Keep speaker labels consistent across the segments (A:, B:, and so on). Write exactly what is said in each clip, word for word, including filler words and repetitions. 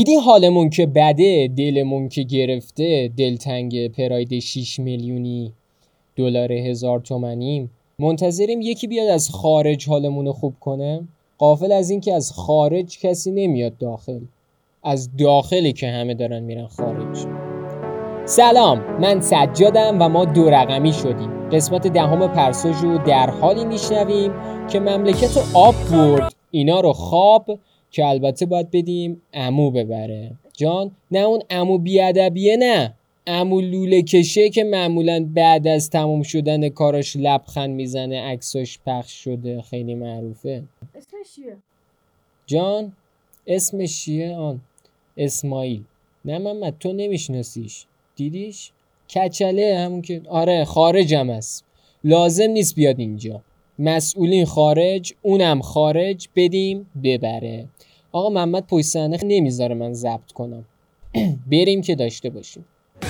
A: دیدی حالمون که بده، دلمون که گرفته، دلتنگ پراید شیش میلیونی دلار هزار تومنیم، منتظریم یکی بیاد از خارج حالمونو خوب کنه. غافل از این که از خارج کسی نمیاد داخل، از داخلی که همه دارن میرن خارج. سلام، من سجادم و ما دو رقمی شدیم. قسمت دهم پرسوژ رو در حالی میشنویم که مملکت رو آب برد، اینا رو خواب، که البته باید بدیم عمو ببره. جان نه اون عمو بیادبیه، نه عمو لوله کشه که معمولا بعد از تموم شدن کاراش لبخند میزنه، عکساش پخش شده، خیلی معروفه.
B: اسمش چیه؟
A: جان اسمش چیه؟ آن اسماعیل. نه محمد تو نمیشناسیش، دیدیش؟ کچله همون که آره خارجم هست، لازم نیست بیاد اینجا، مسئولین خارج، اونم خارج، بدیم ببره. آقا محمد پشت صحنه نمیذاره من ضبط کنم. بریم که داشته باشیم.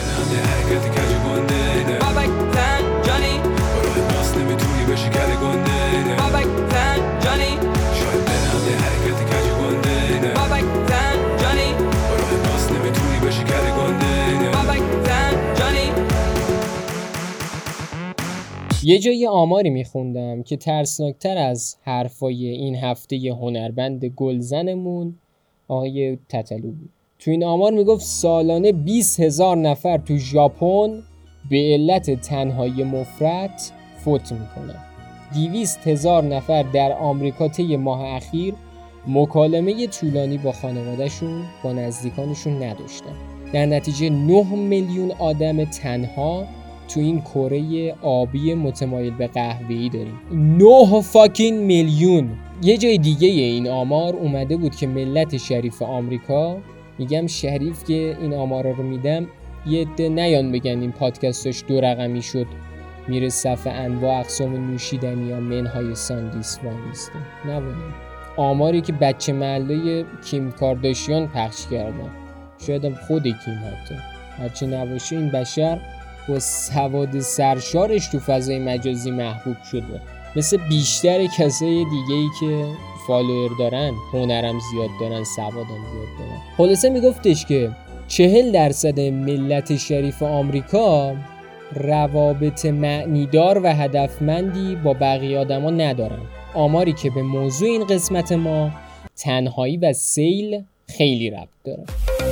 A: یه جای آماری میخوندم که ترسناکتر از حرفای این هفته هنربند گلزنمون آقای تتلو بود. تو این آمار میگفت سالانه بیست هزار نفر تو ژاپن به علت تنهایی مفرط فوت میکنن. دویست هزار نفر در آمریکا طی ماه اخیر مکالمه طولانی با خانوادهشون، با نزدیکانشون نداشتن. در نتیجه نه میلیون آدم تنها تو این کره آبی متمایل به قهوه‌ای داریم. نه فاکین میلیون. یه جای دیگه این آمار اومده بود که ملت شریف آمریکا، میگم شریف که این آمارا رو میدم، یه عده نیان بگن این پادکستش دو رقمی شد، میره صفحه انواع اقسام نوشیدنی یا منهای ساندیس وانیسته. نبونه آماری که بچه محله کیم کارداشیان پخش کردن، شاید هم خود کیم حتی، هرچی نباشه این بشر با سواد سرشارش تو فضای مجازی محبوب شده، مثل بیشتر کسای دیگه‌ای که فالوور دارن، هنرم زیاد دارن، سوادم زیاد دارن. خلاصه میگفتش که چهل درصد ملت شریف آمریکا روابط معنیدار و هدفمندی با بقیه آدما ندارن. آماری که به موضوع این قسمت ما، تنهایی و سیل، خیلی ربط داره.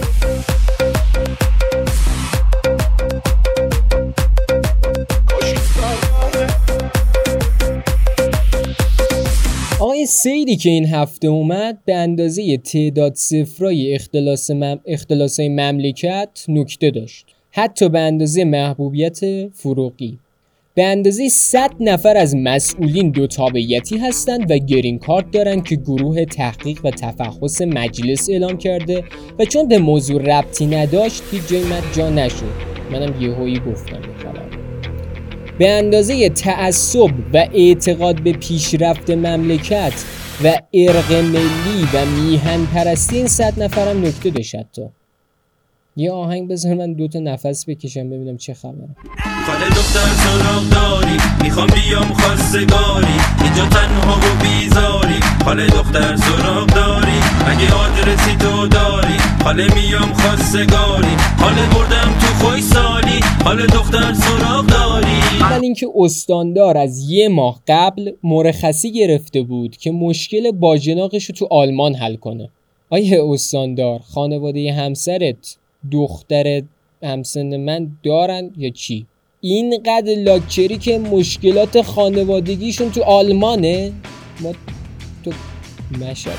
A: آقای سیلی که این هفته اومد به اندازه تعداد صفرای اختلاس مم... اختلاسای مملکت نکته داشت، حتی به اندازه محبوبیت فروغی. به اندازه صد نفر از مسئولین دو تابعیتی هستند و گرین کارت دارن که گروه تحقیق و تفحص مجلس اعلام کرده و چون به موضوع ربطی نداشت هیچ جای من جا نشد. منم یهویی گفتم بخلم. به اندازه تعصب و اعتقاد به پیشرفت مملکت و ارق ملی و میهن پرستی این صد نفرم نکته داشت. حتی یه آهنگ بذار من دوتا نفس بکشم ببینم چه خبره.
C: خاله دختر سراغ داری، میخوام بیام خواستگاری، اینجا تنها و بیزاری. خاله دختر سراغ داری، اگه آدرسی تو داری، خاله میام خواستگاری، خاله بردم تو خوی سالی، خاله دختر سراغ داری.
A: من اینکه استاندار از یه ماه قبل مرخصی گرفته بود که مشکل باجناقش رو تو آلمان حل کنه. آیه استاندار، خانواده همسرت دختر همسن من دارن یا چی؟ اینقدر لاکچری که مشکلات خانوادگیشون تو آلمانه؟ ما تو مشهد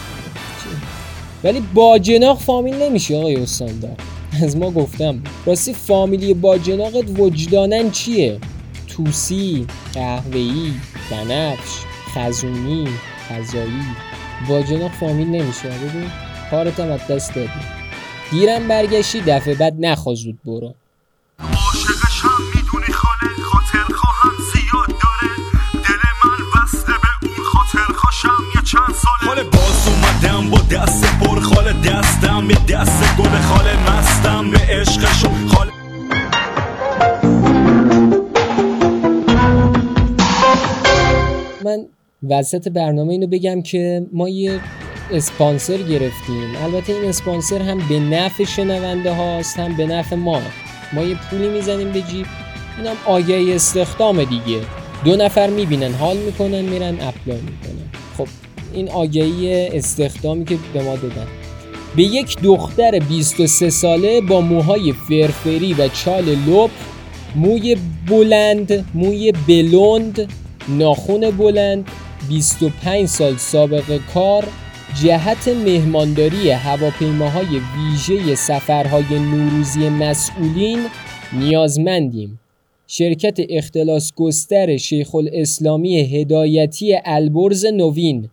A: ولی باجناق فامیل نمیشه آقای استاندار. از ما گفتم راستی فامیلی باجناقت وجدانن چیه؟ توسی، قهوه‌ای، بنفش، خزونی، خزایی. باجناق فامیل نمیشه. ببین کارتم از دست دادی، دیرم برگشتی، دفعه بعد نخوازود برو.
D: عاشقشم میدونی خاله، خاطر خواهم زیاد داره، دل من بسته به اون خاطر خوشم یه چند ساله. خاله باز اومدم با دست پر، خاله دستم به دست گل، خاله مستم به عشقشو خاله.
A: من وسط برنامه اینو بگم که ما یه اسپانسر گرفتیم. البته این اسپانسر هم به نفع شنونده هاست هم به نفع ما. ما یه پولی میزنیم به جیب، اینم آگهی استخدام دیگه. دو نفر میبینن، حال میکنن، میرن اپلای میکنن. خب این آگهی استخدامی که به ما دادن، به یک دختر بیست و سه ساله با موهای فرفری و چال لپ، موی بلند، موی بلوند، ناخن بلند، بیست و پنج سال سابقه کار، جهت مهمانداری هواپیماهای ویژه سفرهای نوروزی مسئولین نیازمندیم. شرکت اختلاس گستر شیخ الاسلامی هدایتی البرز نوین.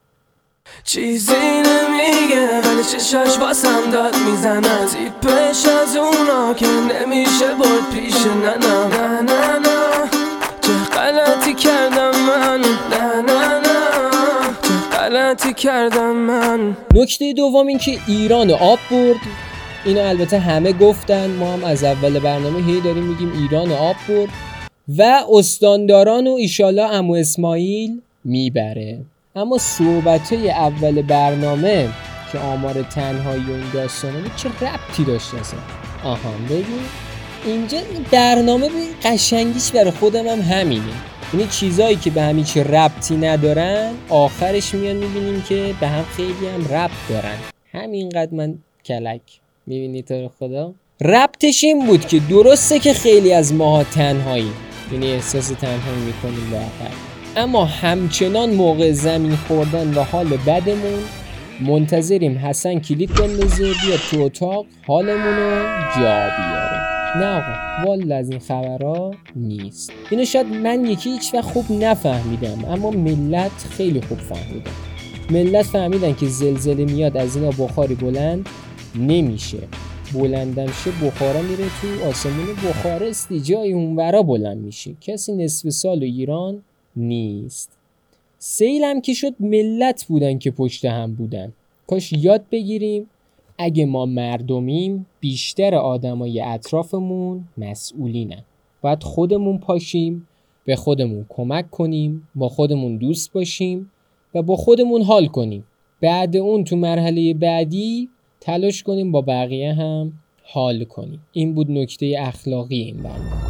B: چیزی نمیگه ولی چشاش واسم داد میزنن، تیپش از اونا که نمیشه برد پیش ننم. نه نه نه چه غلطی کردم من، نه نه نه چه غلطی کردم من.
A: نکته دوم این که ایران آب برد. اینو البته همه گفتن، ما هم از اول برنامه هی داریم میگیم ایران آب برد و استانداران و ایشالله عمو اسماعیل میبره. اما صحبتای اول برنامه که آمار تنهایی و این داستانه چه ربطی داشت اصلا؟ آها ببین اینجا برنامه به قشنگیش برای خودم هم همینه، یعنی چیزایی که به همین چه ربطی ندارن آخرش میان میبینیم که به هم خیلی هم ربط دارن. همینقدر من کلک میبینی تو خدا. ربطش این بود که درسته که خیلی از ماها تنهایی، یعنی احساس تنهایی میکنیم به آخر، اما همچنان موقع زمین خوردن و حال بدمون منتظریم حسن کلید بندازه بیاد تو اتاق حالمونو جا بیاره. نه آقا والا از این خبرها نیست. اینو شاید من یکی هیچ وقت خوب نفهمیدم، اما ملت خیلی خوب فهمیدن. ملت فهمیدن که زلزله میاد از اینا بخاری بلند نمیشه، بلندم شه بخارا میره تو آسمون بخارستی، جای اونورا بلند میشه. کسی نصف سال ایران نیست. سیل هم که شد ملت بودن که پشت هم بودن. کاش یاد بگیریم اگه ما مردمیم بیشتر آدمای اطرافمون مسئولینن. باید خودمون پاشیم، به خودمون کمک کنیم، با خودمون دوست باشیم و با خودمون حال کنیم. بعد اون تو مرحله بعدی تلاش کنیم با بقیه هم حال کنیم. این بود نکته اخلاقی این برنامه.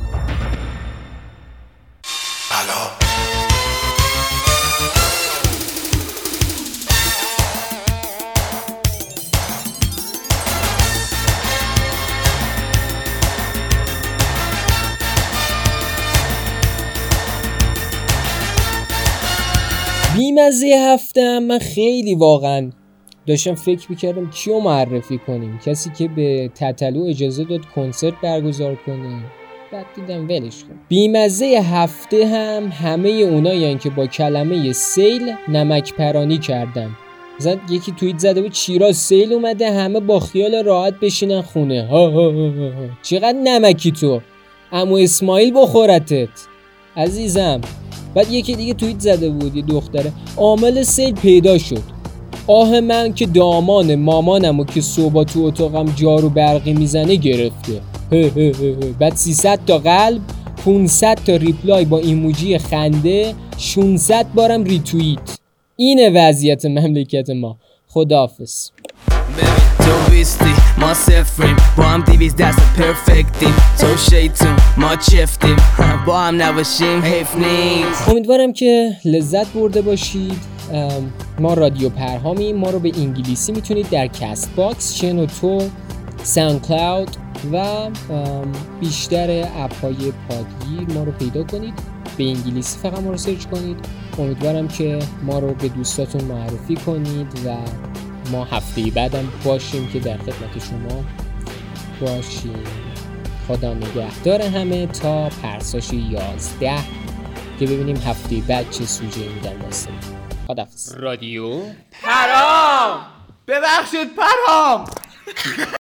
A: بیمزه هفته من خیلی واقعا داشتم فکر میکردم کیو معرفی کنیم، کسی که به تتلو اجازه داد کنسرت برگزار کنه. بعد دیدم ولش کن. بیمزه هفته هم همه اونایین که با کلمه سیل نمک پرانی کردن. مثلا یکی توییت زده بود شیراز سیل اومده، همه با خیال راحت بشینن خونه. ها ها ها ها. چقدر نمکی تو، عمو اسماعیل بخورتت عزیزم. بعد یکی دیگه توییت زده بود، یه دختره، عامل سیل پیدا شد، آه من که دامان مامانمو که صبح تو اتاقم جارو برقی میزنه گرفته. بعد سیصد تا قلب، پانصد تا ریپلای با ایموجی خنده، ششصد بارم ریتوییت. اینه وضعیت مملکت ما. خداحافظ.
B: تو بیستی ما صفریم، با هم دیویز دست پرفکتیم، تو شیطون ما چفتیم، با هم نباشیم حیف نیست.
A: امیدوارم که لذت برده باشید. ما رادیو پرهامیم. ما رو به انگلیسی میتونید در کست باکس، شنو تو، ساوند کلاود و بیشتر اپ‌های پادگیر ما رو پیدا کنید. به انگلیسی فقط ما رو سرچ کنید. امیدوارم که ما رو به دوستاتون معرفی کنید و ما هفته بعدم باشیم که در خدمت شما باشیم. خدا نگهدار همه تا پرساش یازده که ببینیم هفته بعد چه سوژه‌ای میدن واسه. خداحافظ.
E: رادیو
F: پرهام، ببخشید پرهام.